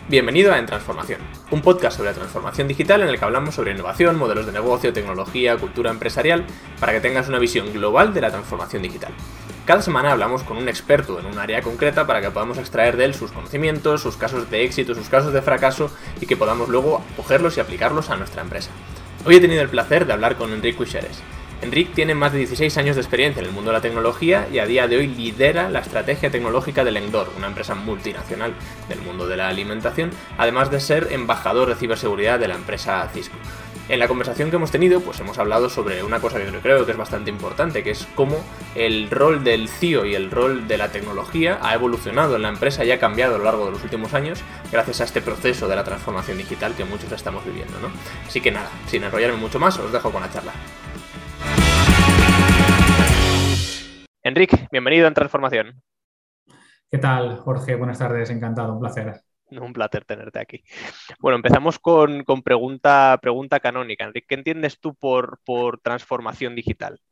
Bienvenido a En Transformación, un podcast sobre la transformación digital en el que hablamos sobre innovación, modelos de negocio, tecnología, cultura empresarial, para que tengas una visión global de la transformación digital. Cada semana hablamos con un experto en un área concreta para que podamos extraer de él sus conocimientos, sus casos de éxito, sus casos de fracaso y que podamos luego cogerlos y aplicarlos a nuestra empresa. Hoy he tenido el placer de hablar con Enric Cuixeres. Enric tiene más de 16 años de experiencia en el mundo de la tecnología y a día de hoy lidera la estrategia tecnológica de Lengdor, una empresa multinacional del mundo de la alimentación, además de ser embajador de ciberseguridad de la empresa Cisco. En la conversación que hemos tenido, pues hemos hablado sobre una cosa que creo que es bastante importante, que es cómo el rol del CIO y el rol de la tecnología ha evolucionado en la empresa y ha cambiado a lo largo de los últimos años gracias a este proceso de la transformación digital que muchos estamos viviendo, ¿no? Así que nada, sin enrollarme mucho más, os dejo con la charla. Enric, bienvenido en Transformación. ¿Qué tal, Jorge? Buenas tardes, encantado, un placer. Un placer tenerte aquí. Bueno, empezamos con pregunta canónica. Enric, ¿qué entiendes tú por transformación digital?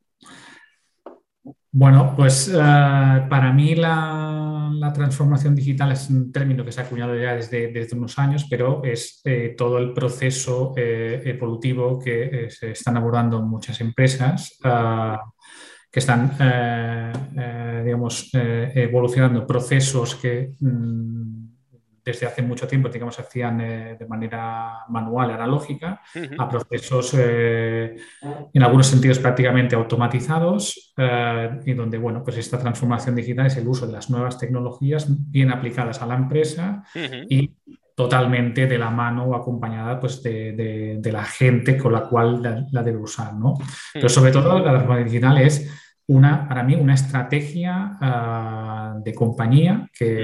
Bueno, pues para mí la transformación digital es un término que se ha acuñado ya desde unos años, pero es todo el proceso evolutivo que se están abordando muchas empresas que están, digamos, evolucionando procesos que desde hace mucho tiempo, digamos, se hacían de manera manual, analógica, a procesos en algunos sentidos prácticamente automatizados y donde, bueno, pues esta transformación digital es el uso de las nuevas tecnologías bien aplicadas a la empresa y totalmente de la mano o acompañada pues, de la gente con la cual la debe usar, ¿no? Pero sobre todo la transformación digital es para mí una estrategia de compañía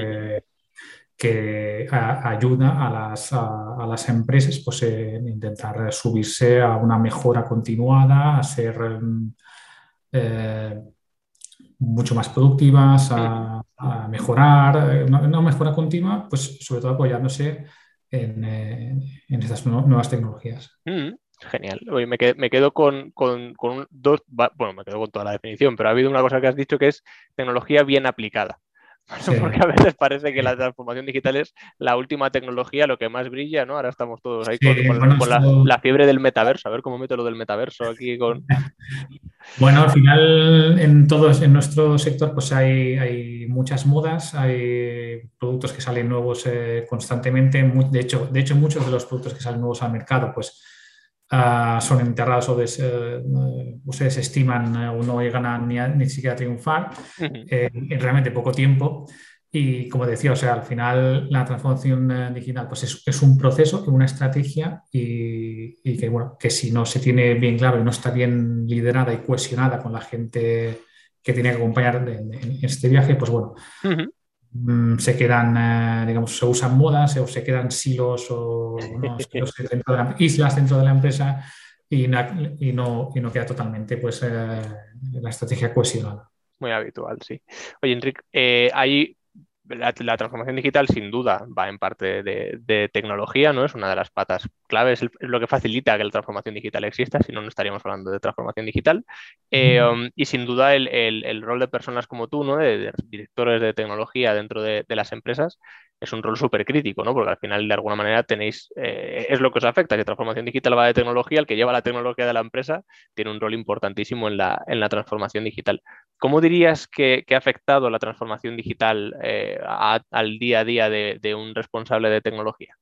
que ayuda a las empresas pues, intentar subirse a una mejora continuada, a ser mucho más productivas, a mejorar, una mejora continua, pues sobre todo apoyándose en estas nuevas tecnologías. Genial. Oye, me quedo con dos, bueno, me quedo con toda la definición, pero ha habido una cosa que has dicho que es tecnología bien aplicada. Sí. Porque a veces parece que la transformación digital es la última tecnología, lo que más brilla, ¿no? Ahora estamos todos ahí Sí, bueno, con la fiebre del metaverso. A ver cómo meto lo del metaverso aquí con... Bueno, al final en nuestro sector pues hay muchas modas, hay productos que salen nuevos constantemente. De hecho, muchos de los productos que salen nuevos al mercado pues son enterrados o se desestiman o no llegan a ni siquiera a triunfar en realmente poco tiempo. Y como decía, o sea, al final la transformación digital pues es un proceso, una estrategia y que, bueno, que si no se tiene bien claro y no está bien liderada y cohesionada con la gente que tiene que acompañar en este viaje, pues bueno, se quedan, digamos, se usan modas o se quedan silos o ¿no? Silos islas dentro de la empresa y no queda totalmente pues, la estrategia cohesionada. Muy habitual, sí. Oye, Enric, la transformación digital sin duda va en parte de tecnología, ¿no? Es una de las patas claves, es lo que facilita que la transformación digital exista, si no, no estaríamos hablando de transformación digital. Y sin duda el rol de personas como tú, ¿no? De directores de tecnología dentro de las empresas, es un rol súper crítico, ¿no? Porque al final, de alguna manera, tenéis, es lo que os afecta. Si transformación digital va de tecnología, el que lleva la tecnología de la empresa tiene un rol importantísimo en la transformación digital. ¿Cómo dirías que ha afectado la transformación digital al día a día de un responsable de tecnología?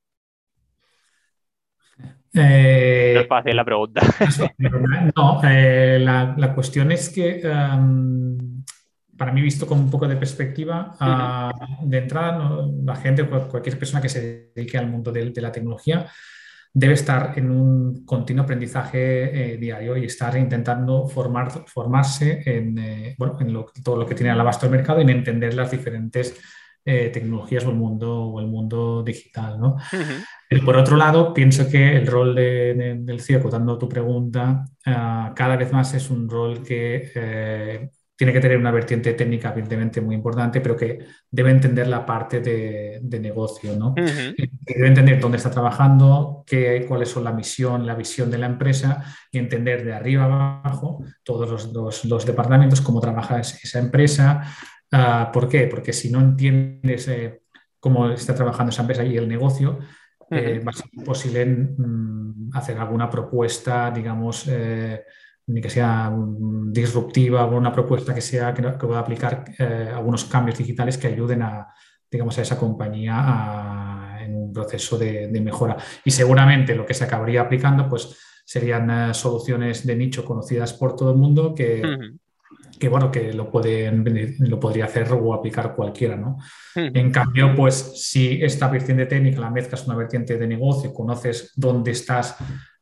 No es Eh, fácil la pregunta. no, la cuestión es que para mí, visto con un poco de perspectiva, de entrada, la gente, cualquier persona que se dedique al mundo de la tecnología, debe estar en un continuo aprendizaje diario y estar intentando formarse en, bueno, todo lo que tiene al abasto del mercado y en entender las diferentes tecnologías o el mundo digital, ¿no? Pero por otro lado, pienso que el rol del CIO, contando tu pregunta, cada vez más es un rol que tiene que tener una vertiente técnica, evidentemente, muy importante, pero que debe entender la parte de negocio, ¿no? Debe entender dónde está trabajando, cuáles son la misión, la visión de la empresa y entender de arriba abajo todos los departamentos, cómo trabaja esa empresa. ¿Por qué? Porque si no entiendes cómo está trabajando esa empresa y el negocio, Ujú. va a ser posible hacer alguna propuesta, digamos, ni que sea disruptiva, o una propuesta que sea que pueda aplicar algunos cambios digitales que ayuden a, digamos, a esa compañía en un proceso de mejora. Y seguramente lo que se acabaría aplicando, pues, serían soluciones de nicho conocidas por todo el mundo Ujú. bueno, que lo podría hacer o aplicar cualquiera, ¿no? Ujú. En cambio, pues si esta vertiente técnica la mezclas con una vertiente de negocio, conoces dónde estás,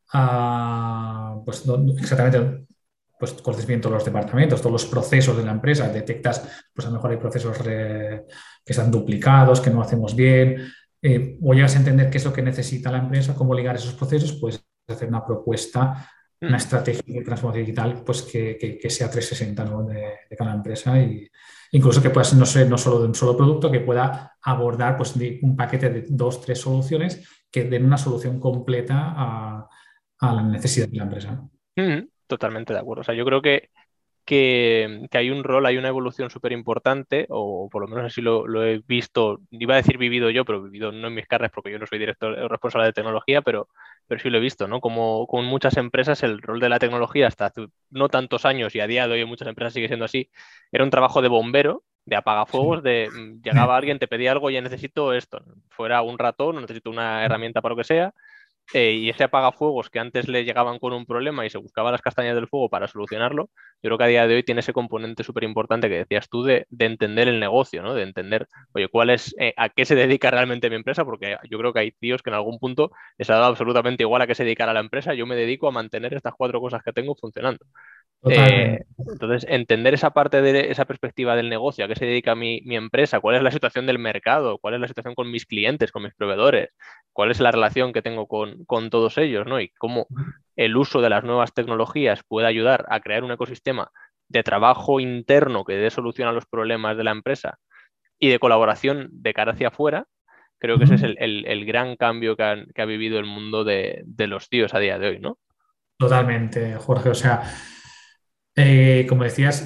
pues exactamente, pues conoces bien todos los departamentos, todos los procesos de la empresa, detectas, pues a lo mejor hay procesos que están duplicados, que no hacemos bien, o llegas a entender qué es lo que necesita la empresa, cómo ligar esos procesos, pues hacer una propuesta, una Ujú. estrategia de transformación digital, pues que sea 360, ¿no? de cada empresa y incluso que pueda ser no solo de un solo producto, que pueda abordar pues, de un paquete de dos, tres soluciones que den una solución completa a la necesidad de la empresa. Ujú. Totalmente de acuerdo. O sea, yo creo que hay un rol, hay una evolución súper importante, o por lo menos así lo he visto, iba a decir vivido yo, pero vivido no en mis carnes porque yo no soy director o responsable de tecnología, pero sí lo he visto, ¿no? Como con muchas empresas el rol de la tecnología hasta hace no tantos años y a día de hoy en muchas empresas sigue siendo así, era un trabajo de bombero, de Sí. apagafuegos, de llegaba alguien, te pedía algo, ya necesito esto, fuera un ratón, necesito una herramienta para lo que sea, y ese apagafuegos que antes le llegaban con un problema y se buscaba las castañas del fuego para solucionarlo, yo creo que a día de hoy tiene ese componente súper importante que decías tú de entender el negocio, ¿no? De entender, oye, a qué se dedica realmente mi empresa, porque yo creo que hay tíos que en algún punto les ha dado absolutamente igual a qué se dedicará la empresa, yo me dedico a mantener estas cuatro cosas que tengo funcionando. Totalmente. Entonces, entender esa parte de esa perspectiva del negocio, a qué se dedica mi empresa, cuál es la situación del mercado, cuál es la situación con mis clientes, con mis proveedores, cuál es la relación que tengo con todos ellos, ¿no? Y cómo el uso de las nuevas tecnologías puede ayudar a crear un ecosistema de trabajo interno que dé solución a los problemas de la empresa y de colaboración de cara hacia afuera. Creo que ese es Ujú. el gran cambio que ha vivido el mundo de los tíos a día de hoy, ¿no? Totalmente, Jorge. O sea, como decías,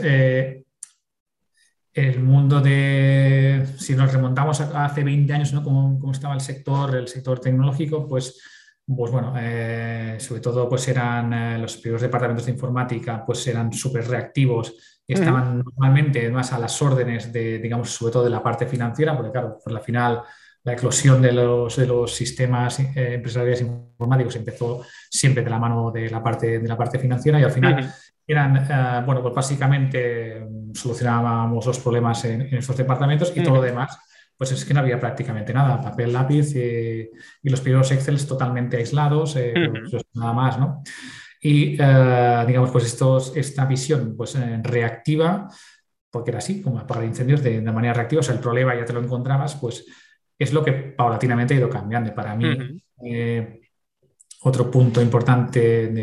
el mundo si nos remontamos a hace 20 años, ¿no? Cómo estaba el sector tecnológico, pues bueno, sobre todo pues eran los primeros departamentos de informática, pues eran súper reactivos y Ujú. estaban normalmente más a las órdenes de, digamos, sobre todo de la parte financiera, porque claro, por la final la eclosión de los sistemas empresariales informáticos empezó siempre de la mano de la parte financiera y al final Ujú. eran, bueno, pues básicamente solucionábamos los problemas en estos departamentos y todo lo Ujú. demás, pues es que no había prácticamente nada, papel, lápiz y los primeros Excel totalmente aislados, pero Ujú. pues, nada más, ¿no? Y digamos, pues esta visión pues, reactiva, porque era así, como apagar incendios de manera reactiva, o sea, el problema ya te lo encontrabas, pues es lo que paulatinamente ha ido cambiando. Y para mí, Ujú. otro punto importante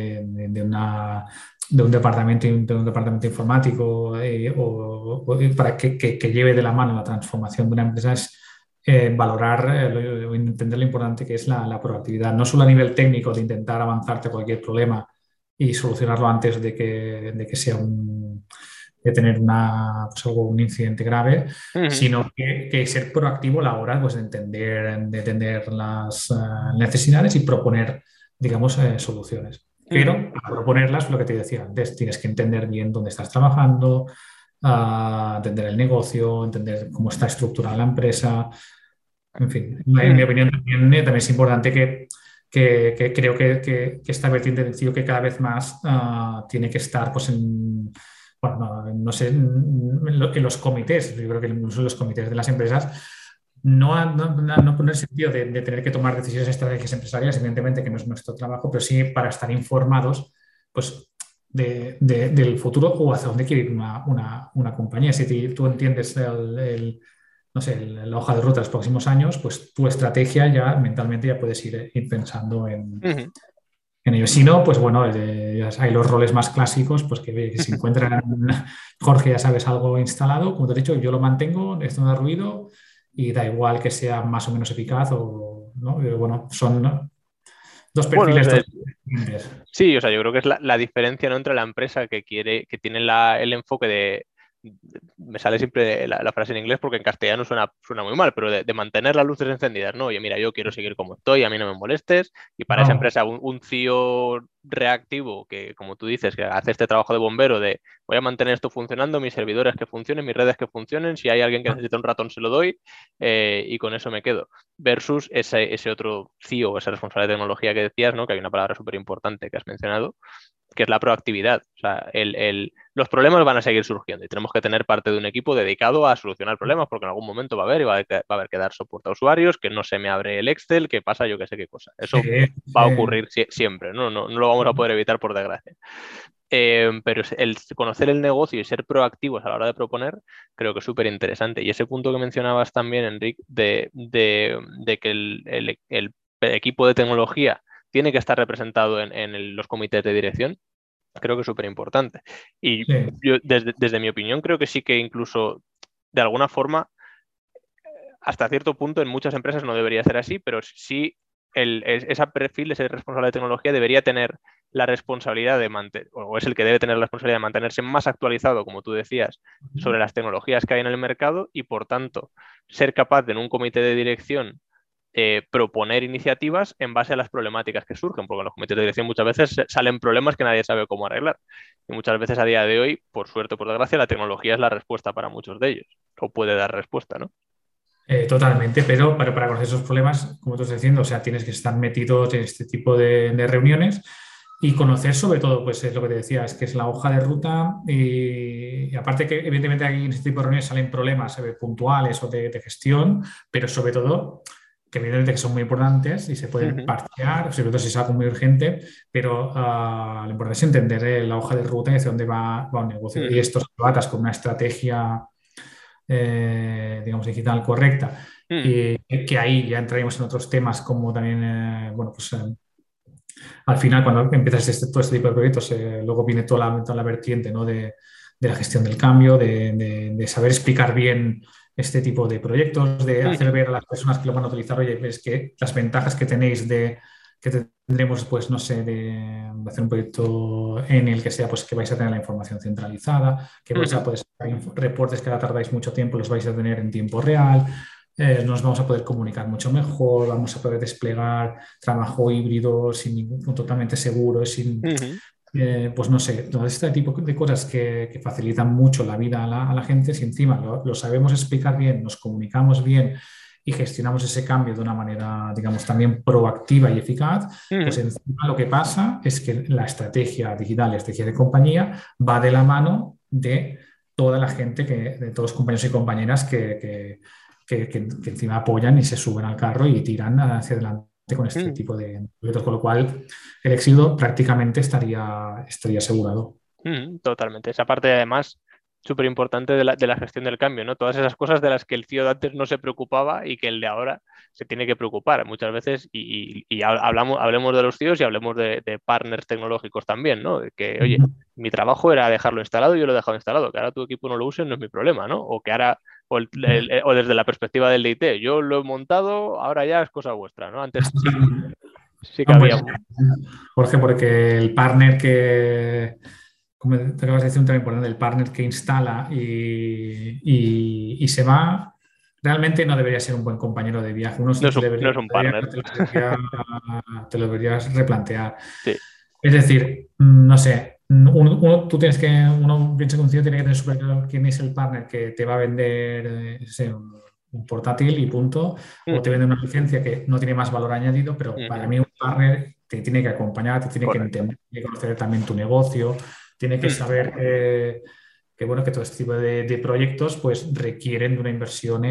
de un departamento informático o para que lleve de la mano la transformación de una empresa es valorar o entender lo importante que es la proactividad, no solo a nivel técnico de intentar avanzarte cualquier problema y solucionarlo antes de que sea de tener un incidente grave, Ujú. sino que ser proactivo a la hora pues, de entender las necesidades y proponer, digamos, soluciones. Ujú. Pero para proponerlas, lo que te decía antes, tienes que entender bien dónde estás trabajando, entender el negocio, entender cómo está estructurada la empresa. En fin, en mi Ujú. opinión también es importante que creo que esta vertiente del CIO que cada vez más tiene que estar pues bueno, no sé, en los comités, yo creo que incluso en los comités de las empresas, no poner sentido de tener que tomar decisiones estratégicas empresariales, evidentemente que no es nuestro trabajo, pero sí para estar informados pues, del futuro o hacia dónde quiere ir una compañía. Si tú entiendes no sé, la hoja de ruta de los próximos años, pues tu estrategia ya mentalmente ya puedes ir pensando Ujú. en ello. Si no, pues bueno, ya hay los roles más clásicos, pues que se encuentran, Jorge, ya sabes, algo instalado, como te he dicho, yo lo mantengo, esto no da ruido y da igual que sea más o menos eficaz o, ¿no? Pero bueno, son dos Bueno, perfiles diferentes. sí, o sea, yo creo que es la diferencia, ¿no? Entre la empresa que quiere, que tiene el enfoque me sale siempre la frase en inglés porque en castellano suena muy mal, pero de mantener las luces encendidas, ¿no? Oye, mira, yo quiero seguir como estoy, a mí no me molestes, y para esa No, empresa un CEO reactivo que, como tú dices, que hace este trabajo de bombero de voy a mantener esto funcionando, mis servidores que funcionen, mis redes que funcionen, si hay alguien que necesita un ratón se lo doy, y con eso me quedo. Versus ese otro CEO, ese responsable de tecnología que decías, ¿no? Que hay una palabra súper importante que has mencionado, que es la proactividad. O sea, los problemas van a seguir surgiendo y tenemos que tener parte de un equipo dedicado a solucionar problemas porque en algún momento va a haber y va a haber que dar soporte a usuarios, que no se me abre el Excel, que pasa yo que sé qué cosa. sí, Eso va a sí. ocurrir siempre, ¿no? No lo vamos a poder evitar por desgracia. Pero el conocer el negocio y ser proactivos a la hora de proponer, creo que es súper interesante. Y ese punto que mencionabas también, Enric, de que el equipo de tecnología tiene que estar representado en los comités de dirección, creo que es súper importante. Y Sí. yo, desde mi opinión, creo que sí que incluso de alguna forma, hasta cierto punto, en muchas empresas no debería ser así, pero sí ese perfil, ese responsable de tecnología debería tener la responsabilidad de mantener, o es el que debe tener la responsabilidad de mantenerse más actualizado, como tú decías, sobre las tecnologías que hay en el mercado y, por tanto, ser capaz de en un comité de dirección proponer iniciativas en base a las problemáticas que surgen, porque en los comités de dirección muchas veces salen problemas que nadie sabe cómo arreglar. Y muchas veces a día de hoy, por suerte o por desgracia, la tecnología es la respuesta para muchos de ellos, o puede dar respuesta, ¿no? Totalmente, pero para conocer esos problemas, como tú estás diciendo, o sea, tienes que estar metido en este tipo de reuniones y conocer sobre todo, pues es lo que te decía, es que es la hoja de ruta y aparte que evidentemente aquí en este tipo de reuniones salen problemas puntuales o de gestión, pero sobre todo que evidentemente que son muy importantes y se pueden Ujú, parchear, sobre todo si es algo muy urgente, pero lo importante es entender la hoja de ruta y hacia dónde va un negocio. Y ujú, esto lo atas con una estrategia digamos, digital correcta, ujú, y que ahí ya entraríamos en otros temas como también, bueno, pues al final cuando empiezas todo este tipo de proyectos, luego viene toda la vertiente, ¿no? de la gestión del cambio, de saber explicar bien este tipo de proyectos, de hacer ujú, ver a las personas que lo van a utilizar, oye, es que las ventajas que tenéis que tendremos, pues, no sé, de hacer un proyecto en el que sea, pues, que vais a tener la información centralizada, que vais a ujú, poder sacar reportes que ahora tardáis mucho tiempo, los vais a tener en tiempo real, nos vamos a poder comunicar mucho mejor, vamos a poder desplegar trabajo híbrido totalmente seguro, ujú, pues no sé, todo este tipo de cosas que facilitan mucho la vida a la gente, si encima lo sabemos explicar bien, nos comunicamos bien y gestionamos ese cambio de una manera, digamos, también proactiva y eficaz, pues ujú, encima lo que pasa es que la estrategia digital, la estrategia de compañía, va de la mano de toda la gente, de todos los compañeros y compañeras que encima apoyan y se suben al carro y tiran hacia adelante con este ujú. tipo de proyectos, con lo cual el éxito prácticamente estaría asegurado. Totalmente. Esa parte, además, súper importante de la gestión del cambio, ¿no? Todas esas cosas de las que el CEO de antes no se preocupaba y que el de ahora se tiene que preocupar muchas veces. Y hablemos de los CEOs y hablemos de partners tecnológicos también, ¿no? De que, oye, mi trabajo era dejarlo instalado y yo lo he dejado instalado. Que ahora tu equipo no lo use no es mi problema, ¿no? O que ahora, o desde la perspectiva del DIT, yo lo he montado, ahora ya es cosa vuestra, ¿no? Antes sí que No, pues, había. Jorge, porque el partner como te acabas de decir, un tema importante, el partner que instala y se va, realmente no debería ser un buen compañero de viaje. Uno No sí es no es un partner. te lo deberías replantear. Sí. Es decir, no sé, uno piensa que un CEO tiene que tener súper claro quién es el partner que te va a vender un portátil y punto, o te Ujú, vende una licencia que no tiene más valor añadido, pero para ujú. mí un partner te tiene que acompañar, te tiene que Correcto. entender, tiene que conocer también tu negocio, tiene que Ujú, saber bueno, que todo este tipo de proyectos pues requieren de una inversión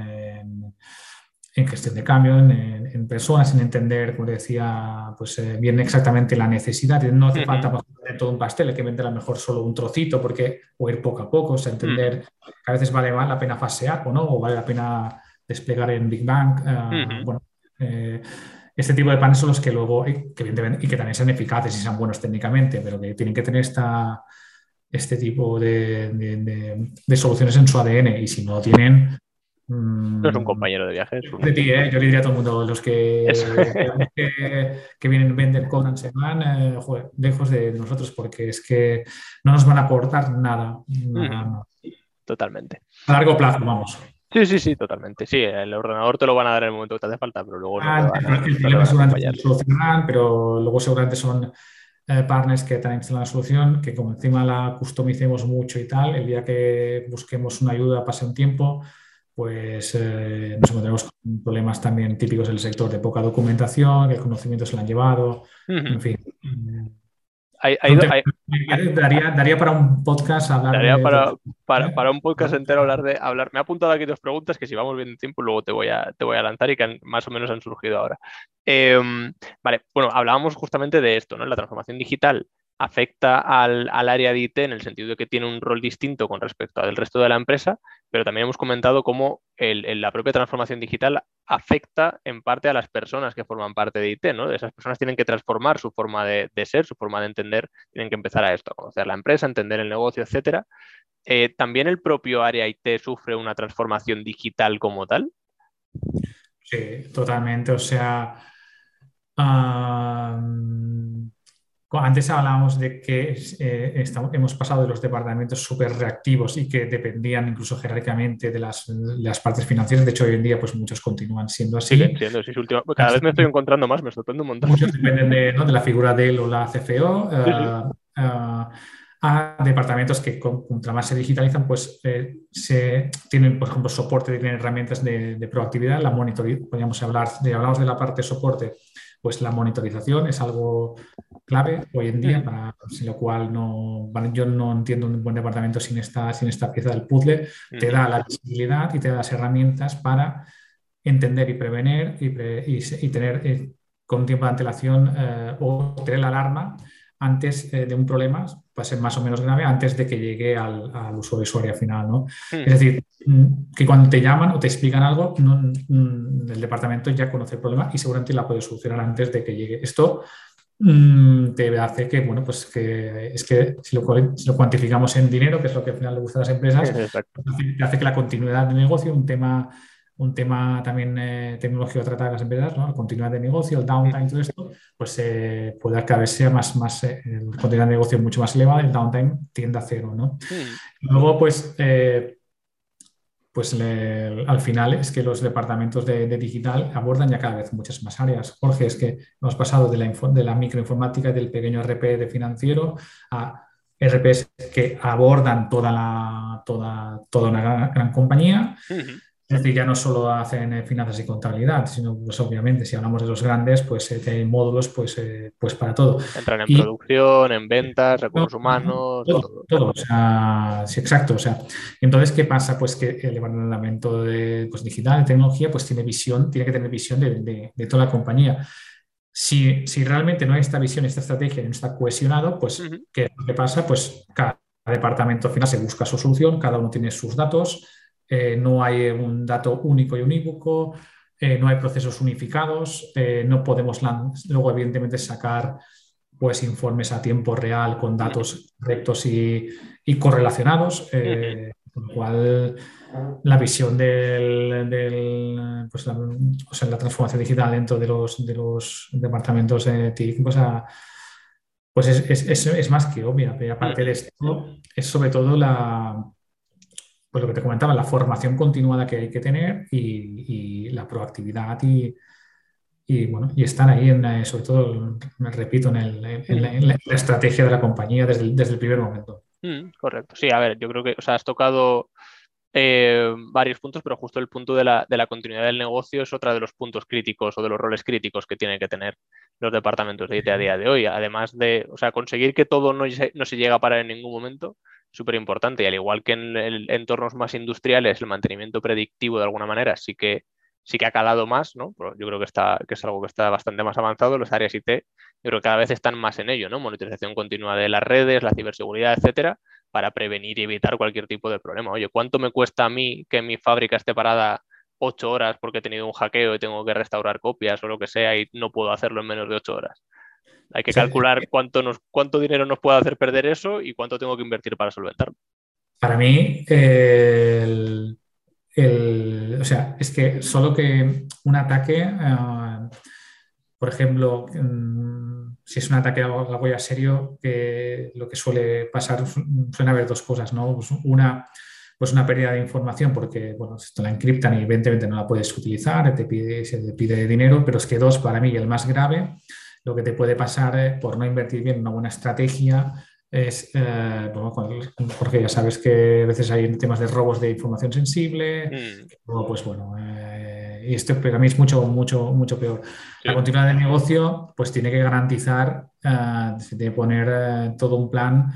en gestión de cambio, en personas, en entender, como te decía, pues bien exactamente la necesidad. No hace falta ujú, vender todo un pastel, hay que vender a lo mejor solo un trocito porque, o ir poco a poco, o sea, ujú, entender que a veces vale más la pena fasear o no, o vale la pena desplegar en Big Bang. ujú, Bueno, este tipo de planes son los que luego, que evidentemente, y que también sean eficaces y sean buenos técnicamente, pero que tienen que tener este tipo de soluciones en su ADN y si no lo tienen, No es un compañero de viaje, es De un... ti, ¿eh? Yo le diría a todo el mundo, los Es... que vienen, venden, cobran, se van, joder, lejos de nosotros, porque es que no nos van a aportar nada, nada, Ujú, nada. totalmente. A largo plazo, vamos. Sí, sí, sí, totalmente. Sí, el ordenador te lo van a dar en el momento que te hace falta, pero luego El no te problema van a seguramente se lo acompañar. solucionarán, pero luego seguramente son partners que te han instalado la solución, que como encima la customicemos mucho y tal, el día que busquemos una ayuda, pase un tiempo, pues nos encontraremos con problemas también típicos del sector de poca documentación, que el conocimiento se lo han llevado, Ujú. en fin. Es Hay, un do- tema hay- hay- que daría para un podcast hablar Daría de... para un podcast entero hablar. Me he apuntado aquí dos preguntas que si vamos bien de tiempo luego te voy a lanzar y que más o menos han surgido ahora. Vale, bueno, hablábamos justamente de esto, ¿no? La transformación digital afecta al área de IT en el sentido de que tiene un rol distinto con respecto al resto de la empresa, pero también hemos comentado cómo la propia transformación digital afecta en parte a las personas que forman parte de IT, ¿no? Esas personas tienen que transformar su forma de ser, su forma de entender, tienen que empezar a esto, a conocer la empresa, entender el negocio, etcétera. ¿También el propio área IT sufre una transformación digital como tal? Sí, totalmente. O sea, ah, antes hablábamos de que hemos pasado de los departamentos súper reactivos y que dependían incluso jerárquicamente de las partes financieras. De hecho, hoy en día, pues muchos continúan siendo Siguen así. siendo, sí, cada vez me estoy encontrando más, me sorprende un montón. Muchos dependen de, ¿no? de la figura de él o la CFO. Sí, sí. A departamentos que contra más se digitalizan, pues se tienen, por ejemplo, soporte, tienen herramientas de proactividad, la monitorización, podríamos hablar hablamos de la parte de soporte, pues la monitorización es algo clave hoy en día, Ujú, sin lo cual no, yo no entiendo un buen departamento sin esta pieza del puzzle. Te ujú, da la visibilidad y te da las herramientas para entender y prevenir y tener con tiempo de antelación o tener la alarma antes de un problema, puede ser más o menos grave, antes de que llegue al usuario final, ¿no? Es ujú. decir, que cuando te llaman o te explican algo, el departamento ya conoce el problema y seguramente la puede solucionar antes de que llegue. Esto te hace que, bueno, pues que es que si lo cuantificamos en dinero, que es lo que al final le gusta a las empresas, Exacto. te hace que la continuidad de negocio, un tema también tecnológico a tratar de las empresas, ¿no? La continuidad de negocio, el downtime, Ujú, todo esto, pues puede cada vez sea la continuidad de negocio mucho más elevada, el downtime tiende a cero, ¿no? ujú, Luego, al final es que los departamentos de digital abordan ya cada vez muchas más áreas. Jorge, es que hemos pasado de la microinformática y del pequeño RP de financiero a RPs que abordan toda una gran compañía. ujú. Es decir, ya no solo hacen finanzas y contabilidad, sino pues obviamente si hablamos de los grandes, pues tienen módulos pues para todo. Entran en Y producción, en ventas, no, recursos humanos, de todo, todo. todo, o sea, sí, exacto, o sea, entonces, ¿qué pasa? Pues que el departamento pues, digital, de tecnología, pues tiene que tener visión de toda la compañía. Si realmente no hay esta visión, esta estrategia, no está cohesionado, pues, Ujú, ¿qué es lo que pasa? Pues cada departamento al final se busca su solución, cada uno tiene sus datos, no hay un dato único y unívoco, no hay procesos unificados, no podemos luego, evidentemente, sacar pues informes a tiempo real con ujú, datos correctos y correlacionados, ujú. con lo cual la visión pues o sea, la transformación digital dentro de los departamentos de TIC pues es más que obvia. Pero aparte de Ujú. esto, es sobre todo pues lo que te comentaba, la formación continuada que hay que tener y la proactividad bueno, y están ahí, sobre todo, me repito, en la estrategia de la compañía desde el primer momento. Correcto. Sí, a ver, yo creo que, o sea, has tocado varios puntos, pero justo el punto de la continuidad del negocio es otro de los puntos críticos o de los roles críticos que tienen que tener los departamentos de IT a día de hoy. Además de, o sea, conseguir que todo no se llegue a parar en ningún momento, súper importante. Y al igual que en entornos más industriales, el mantenimiento predictivo de alguna manera sí que ha calado más, ¿no? Pero yo creo que es algo que está bastante más avanzado. Las áreas IT, yo creo que cada vez están más en ello, ¿no? Monitorización continua de las redes, la ciberseguridad, etcétera, para prevenir y evitar cualquier tipo de problema. Oye, ¿cuánto me cuesta a mí que mi fábrica esté parada 8 horas porque he tenido un hackeo y tengo que restaurar copias o lo que sea y no puedo hacerlo en menos de 8 horas? Hay que O sea, calcular cuánto dinero nos puede hacer perder eso y cuánto tengo que invertir para solventarlo. para mí, o sea, es que solo que un ataque, por ejemplo, si es un ataque algo ya serio, lo que suele pasar, suelen haber dos cosas, ¿no? Pues una pérdida de información porque, bueno, esto la encriptan y evidentemente no la puedes utilizar, se te pide dinero, pero es que dos, para mí, el más grave, lo que te puede pasar por no invertir bien en una buena estrategia es, bueno, porque ya sabes que a veces hay temas de robos de información sensible, Mm, luego, pues bueno, y esto para mí es mucho, mucho, mucho peor. La sí. continuidad del negocio, pues tiene que garantizar, se tiene que poner todo un plan,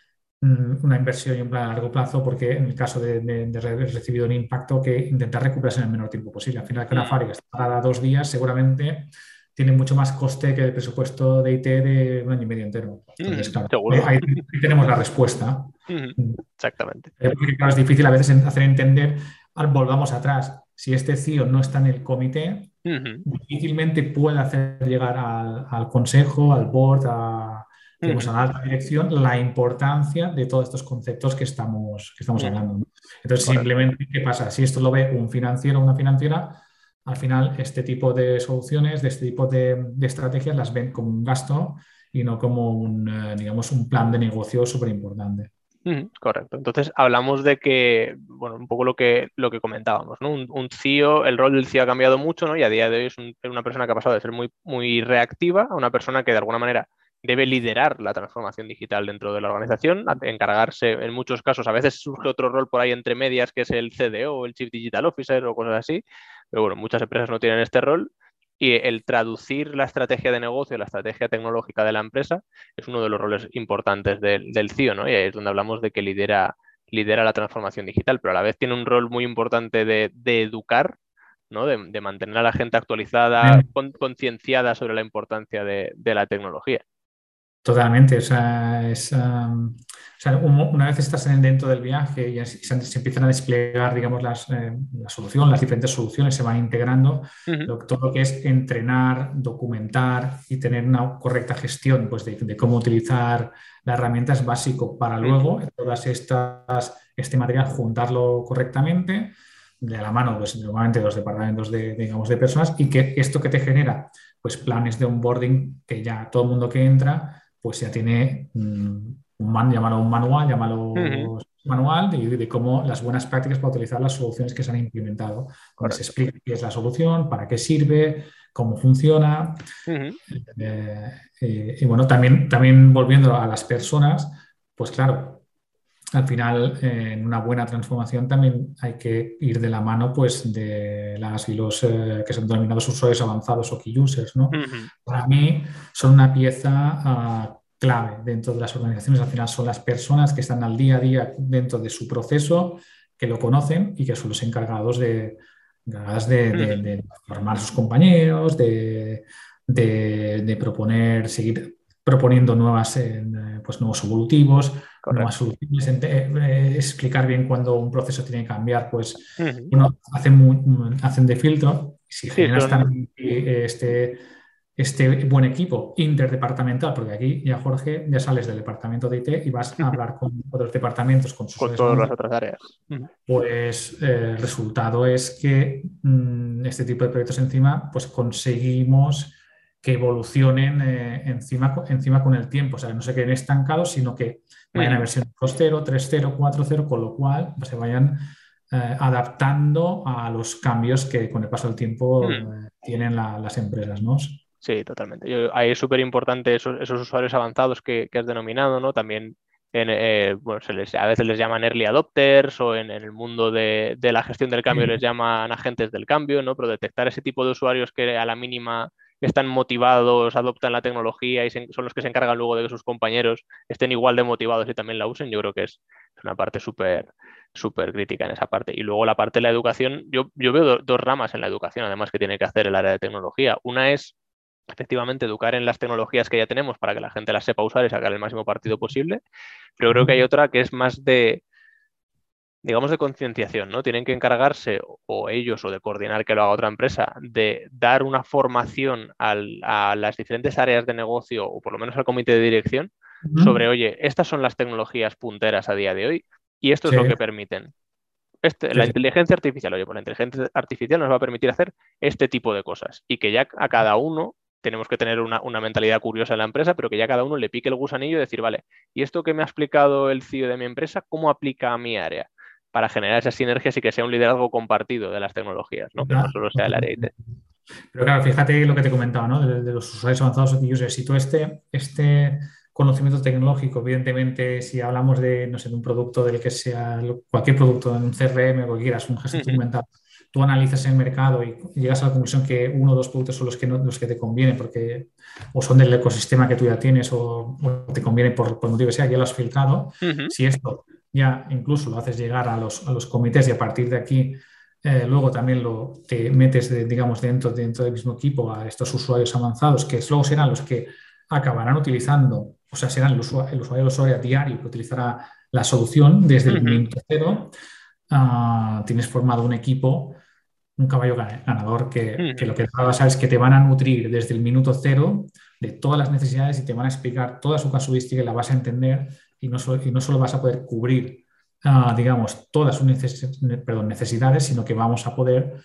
una inversión y un plan a largo plazo, porque en el caso de haber recibido un impacto, que intentar recuperarse en el menor tiempo posible. Al final, que una Mm, fábrica está parada 2 días, seguramente tiene mucho más coste que el presupuesto de IT de un año y medio entero. Entonces, claro, seguro. ahí tenemos la respuesta. Exactamente. Porque, claro, es difícil a veces hacer entender, volvamos atrás, si este CEO no está en el comité, Ujú, difícilmente puede hacer llegar al consejo, al board, digamos, a ujú, la alta dirección, la importancia de todos estos conceptos que estamos ujú, hablando, ¿no? Entonces, correcto. simplemente, ¿qué pasa? Si esto lo ve un financiero o una financiera, al final este tipo de soluciones, de este tipo de estrategias, las ven como un gasto y no como digamos, un plan de negocio súper importante. Ujú, correcto. Entonces hablamos de que, bueno, un poco lo que comentábamos, ¿no? Un CEO, el rol del CEO ha cambiado mucho, ¿no? Y a día de hoy es una persona que ha pasado de ser muy, muy reactiva a una persona que de alguna manera debe liderar la transformación digital dentro de la organización, encargarse en muchos casos, a veces surge otro rol por ahí entre medias que es el CDO o el Chief Digital Officer o cosas así, pero bueno, muchas empresas no tienen este rol y el traducir la estrategia de negocio, la estrategia tecnológica de la empresa es uno de los roles importantes del CIO, ¿no? Y ahí es donde hablamos de que lidera la transformación digital, pero a la vez tiene un rol muy importante de educar, ¿no? De mantener a la gente actualizada, concienciada sobre la importancia de la tecnología. Totalmente, o sea, o sea, una vez estás dentro del viaje y se empiezan a desplegar, digamos, la solución, las diferentes soluciones se van integrando, Ujú, todo lo que es entrenar, documentar y tener una correcta gestión, pues, de cómo utilizar la herramienta es básico para ujú, luego este material juntarlo correctamente de la mano, pues, normalmente de los departamentos digamos, de personas y que esto que te genera, pues, planes de onboarding que ya todo el mundo que entra pues ya tiene llámalo un manual, ujú, llámalo manual de cómo las buenas prácticas para utilizar las soluciones que se han implementado, donde se correcto. explica qué es la solución, para qué sirve, cómo funciona. Ujú, Y bueno, también volviendo a las personas, pues claro, al final en una buena transformación también hay que ir de la mano pues de las y los que son denominados usuarios avanzados o key users, ¿no? ujú, Para mí son una pieza clave dentro de las organizaciones. Al final son las personas que están al día a día dentro de su proceso, que lo conocen y que son los encargadas ujú, de formar a sus compañeros, de proponer, seguir proponiendo pues nuevos evolutivos, nuevas correcto. soluciones, explicar bien cuando un proceso tiene que cambiar, pues Ujú. bueno, hacen de filtro. Si Sí, generas son, también este buen equipo interdepartamental, porque aquí ya, Jorge, ya sales del departamento de IT y vas a hablar con otros departamentos, con sus con usuarios todas las avanzados, otras áreas. Ujú, pues el resultado es que este tipo de proyectos encima, pues conseguimos que evolucionen encima con el tiempo. O sea, no se queden estancados, sino que vayan a ujú, versión 2.0, 3.0, 4.0, con lo cual pues, se vayan adaptando a los cambios que con el paso del tiempo ujú. tienen las empresas, ¿no? Sí, totalmente. Ahí es súper importante esos usuarios avanzados que has denominado, ¿no? También bueno, a veces les llaman early adopters o en el mundo de la gestión del cambio les Sí. llaman agentes del cambio, ¿no? Pero detectar ese tipo de usuarios que a la mínima están motivados, adoptan la tecnología y son los que se encargan luego de que sus compañeros estén igual de motivados y también la usen, yo creo que es una parte súper crítica en esa parte. Y luego la parte de la educación, yo veo dos ramas en la educación, además, que tiene que hacer el área de tecnología. Una es efectivamente educar en las tecnologías que ya tenemos para que la gente las sepa usar y sacar el máximo partido posible, pero creo que hay Ujú. otra que es más digamos, de concienciación, ¿no? Tienen que encargarse, o ellos, o de coordinar que lo haga otra empresa, de dar una formación a las diferentes áreas de negocio, o por lo menos al comité de dirección, Ujú. sobre, oye, estas son las tecnologías punteras a día de hoy y esto es Sí. lo que permiten. La inteligencia artificial, oye, pues la inteligencia artificial nos va a permitir hacer este tipo de cosas y que ya a cada uno tenemos que tener una mentalidad curiosa en la empresa, pero que ya cada uno le pique el gusanillo y decir, vale, ¿y esto que me ha explicado el CEO de mi empresa, cómo aplica a mi área? Para generar esas sinergias y que sea un liderazgo compartido de las tecnologías, ¿no? Que no solo sea el área IT. Pero claro, fíjate lo que te comentaba, ¿no? De los usuarios avanzados de users. Si tú este conocimiento tecnológico, evidentemente, si hablamos de, no sé, de un producto del que sea, cualquier producto, en un CRM o lo que quieras, un gestor documental, tú analizas el mercado y llegas a la conclusión que uno o dos productos son los que te convienen porque o son del ecosistema que tú ya tienes o te conviene por motivo que sea, ya lo has filtrado. Si esto ya incluso lo haces llegar a los comités y a partir de aquí luego también te metes, digamos, dentro del mismo equipo a estos usuarios avanzados, que luego serán los que acabarán utilizando, o sea, serán el usuario a diario que utilizará la solución desde el minuto cero. Tienes formado un equipo, un caballo ganador, que lo que vas a ver es que te van a nutrir desde el minuto cero de todas las necesidades y te van a explicar toda su casuística y la vas a entender y no solo vas a poder cubrir digamos, todas sus necesidades, sino que vamos a poder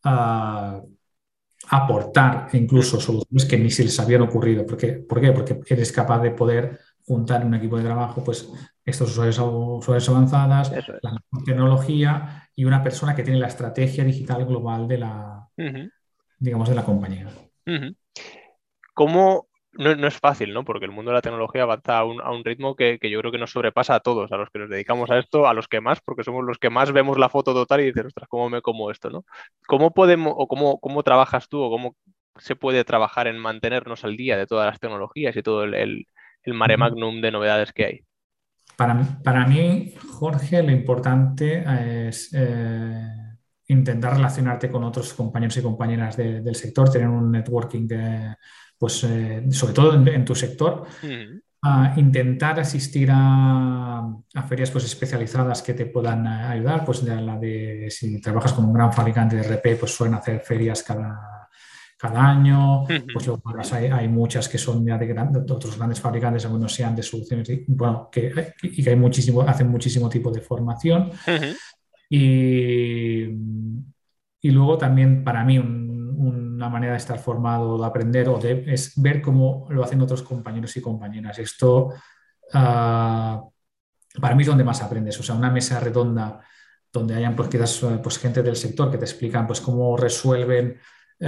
aportar incluso soluciones que ni se les habían ocurrido. ¿Por qué? Porque eres capaz de poder juntar en un equipo de trabajo pues, estos usuarios avanzadas, la tecnología y una persona que tiene la estrategia digital global de digamos, de la compañía. ¿Cómo? No es fácil, ¿no? Porque el mundo de la tecnología avanza a un ritmo que yo creo que nos sobrepasa a todos, a los que nos dedicamos a esto, a los que más, porque somos los que más vemos la foto total y dices, ostras, ¿cómo me como esto, no? ¿Cómo podemos, o cómo trabajas tú, o cómo se puede trabajar en mantenernos al día de todas las tecnologías y todo el mare magnum de novedades que hay? Para mí, Jorge, lo importante es intentar relacionarte con otros compañeros y compañeras del sector, tener un networking, pues, sobre todo en tu sector, intentar asistir a ferias pues, especializadas que te puedan ayudar, pues si trabajas con un gran fabricante de RP, pues suelen hacer ferias cada año, pues luego hay muchas que son ya de otros grandes fabricantes, algunos sean de soluciones, bueno, que hacen muchísimo tipo de formación. Y luego también para mí una manera de estar formado, de aprender es ver cómo lo hacen otros compañeros y compañeras. Esto para mí es donde más aprendes, o sea, una mesa redonda donde hayan pues, quizás pues, gente del sector que te explican pues, cómo resuelven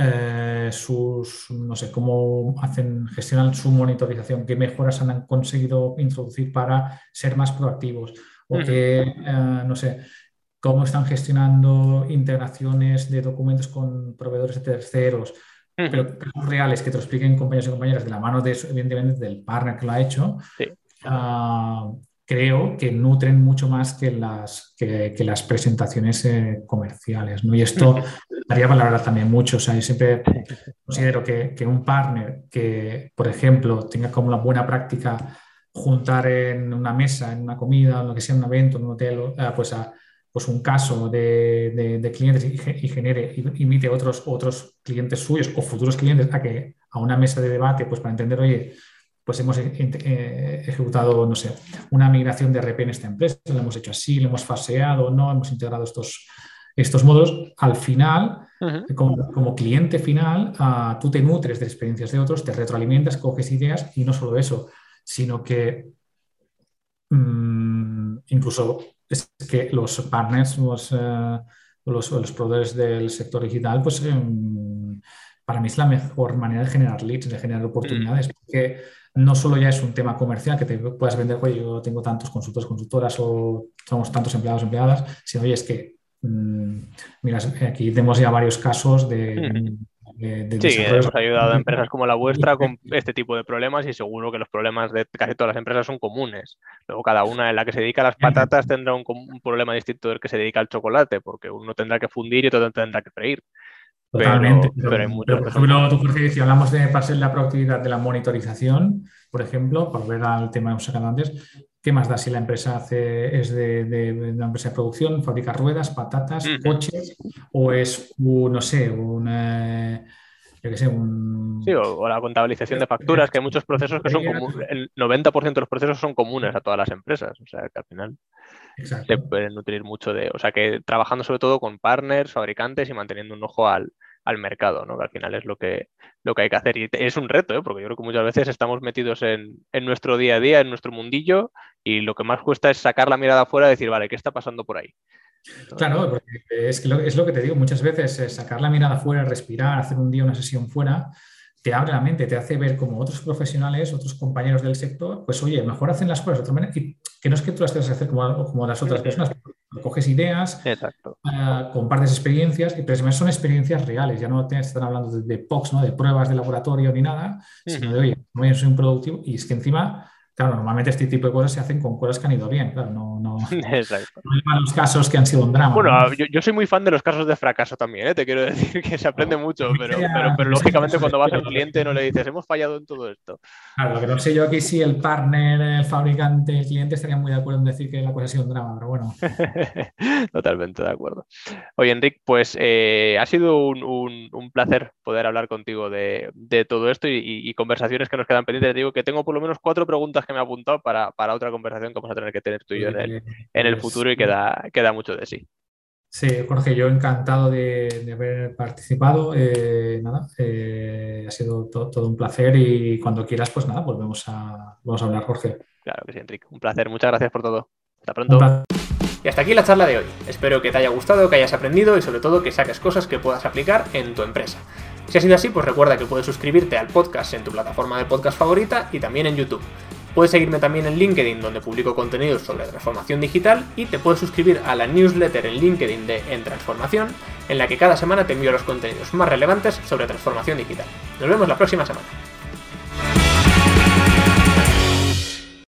no sé, cómo gestionan su monitorización, qué mejoras han conseguido introducir para ser más proactivos o no sé, cómo están gestionando integraciones de documentos con proveedores de terceros, pero casos reales que te lo expliquen compañeros y compañeras de la mano evidentemente, del partner que lo ha hecho. Sí. Creo que nutren mucho más que las presentaciones comerciales, ¿no? Y esto daría para hablar también mucho. O sea, yo siempre considero que un partner que, por ejemplo, tenga como la buena práctica juntar en una mesa, en una comida, en lo que sea, en un evento, en un hotel, pues un caso de clientes y invite otros clientes suyos o futuros clientes a una mesa de debate, pues para entender, oye, pues hemos ejecutado, no sé, una migración de RP en esta empresa, lo hemos hecho así, lo hemos faseado, no, hemos integrado estos modos. Al final, como cliente final, tú te nutres de experiencias de otros, te retroalimentas, coges ideas y no solo eso, sino que incluso es que los partners, los proveedores del sector digital, pues para mí es la mejor manera de generar leads, de generar oportunidades, porque no solo ya es un tema comercial que te puedas vender, oye, yo tengo tantos consultores, consultoras o somos tantos empleados, empleadas, sino, oye, es que, mira, aquí tenemos ya varios casos de sí, hemos ayudado a empresas como la vuestra con este tipo de problemas y seguro que los problemas de casi todas las empresas son comunes. Luego cada una en la que se dedica a las patatas tendrá un problema distinto del que se dedica al chocolate, porque uno tendrá que fundir y otro tendrá que freír. Totalmente. Pero hay muchos. Por ejemplo, tú, Jorge, si hablamos de la productividad de la monitorización, por ejemplo, por ver al tema que hemos sacado antes, ¿qué más da si la empresa es de una empresa de producción, fabrica ruedas, patatas, coches, o es, no sé, yo qué sé, un... Sí, o la contabilización de facturas, que hay muchos procesos que son comunes. El 90% de los procesos son comunes a todas las empresas. O sea, que al final se Exacto. pueden nutrir mucho de... O sea, que trabajando sobre todo con partners, fabricantes y manteniendo un ojo al mercado, ¿no? Que al final es lo que hay que hacer. Y es un reto, ¿eh? Porque yo creo que muchas veces estamos metidos en nuestro día a día, en nuestro mundillo, y lo que más cuesta es sacar la mirada afuera y decir, vale, ¿qué está pasando por ahí? Entonces, Claro, porque es que es lo que te digo, muchas veces sacar la mirada fuera, respirar, hacer un día una sesión fuera, te abre la mente, te hace ver como otros profesionales, otros compañeros del sector, pues oye, mejor hacen las cosas de otra manera, y que no es que tú las tengas que hacer como las otras personas, coges ideas, exacto. compartes experiencias, y pero son experiencias reales, ya no te están hablando de POCs, ¿no? De pruebas de laboratorio ni nada, sino de, oye, no soy un productivo, y es que encima, claro, normalmente este tipo de cosas se hacen con cosas que han ido bien, claro, Exacto. no hay malos casos que han sido un drama, ¿no? Bueno, yo soy muy fan de los casos de fracaso también, ¿eh? Te quiero decir que se aprende mucho, pero Lo que sea el lógicamente caso de- cuando vas al cliente no le dices, hemos fallado en todo esto. claro, lo que no sé yo aquí si el partner, el fabricante, el cliente estarían muy de acuerdo en decir que la cosa ha sido un drama, pero bueno. Totalmente de acuerdo. Oye, Enric, pues ha sido un placer poder hablar contigo de todo esto y conversaciones que nos quedan pendientes. Te digo que tengo por lo menos 4 preguntas que me he apuntado para otra conversación que vamos a tener que tener tú y yo en el Pues futuro y queda mucho de sí. sí, Jorge, yo encantado de haber participado. Nada, ha sido todo un placer y cuando quieras, pues nada, vamos a hablar, Jorge. Claro que sí, Enric. Un placer. Muchas gracias por todo. Hasta Un pronto. placer. Y hasta aquí la charla de hoy. Espero que te haya gustado, que hayas aprendido y sobre todo que saques cosas que puedas aplicar en tu empresa. Si ha sido así, pues recuerda que puedes suscribirte al podcast en tu plataforma de podcast favorita y también en YouTube. Puedes seguirme también en LinkedIn, donde publico contenidos sobre transformación digital, y te puedes suscribir a la newsletter en LinkedIn de En Transformación, en la que cada semana te envío los contenidos más relevantes sobre transformación digital. Nos vemos la próxima semana.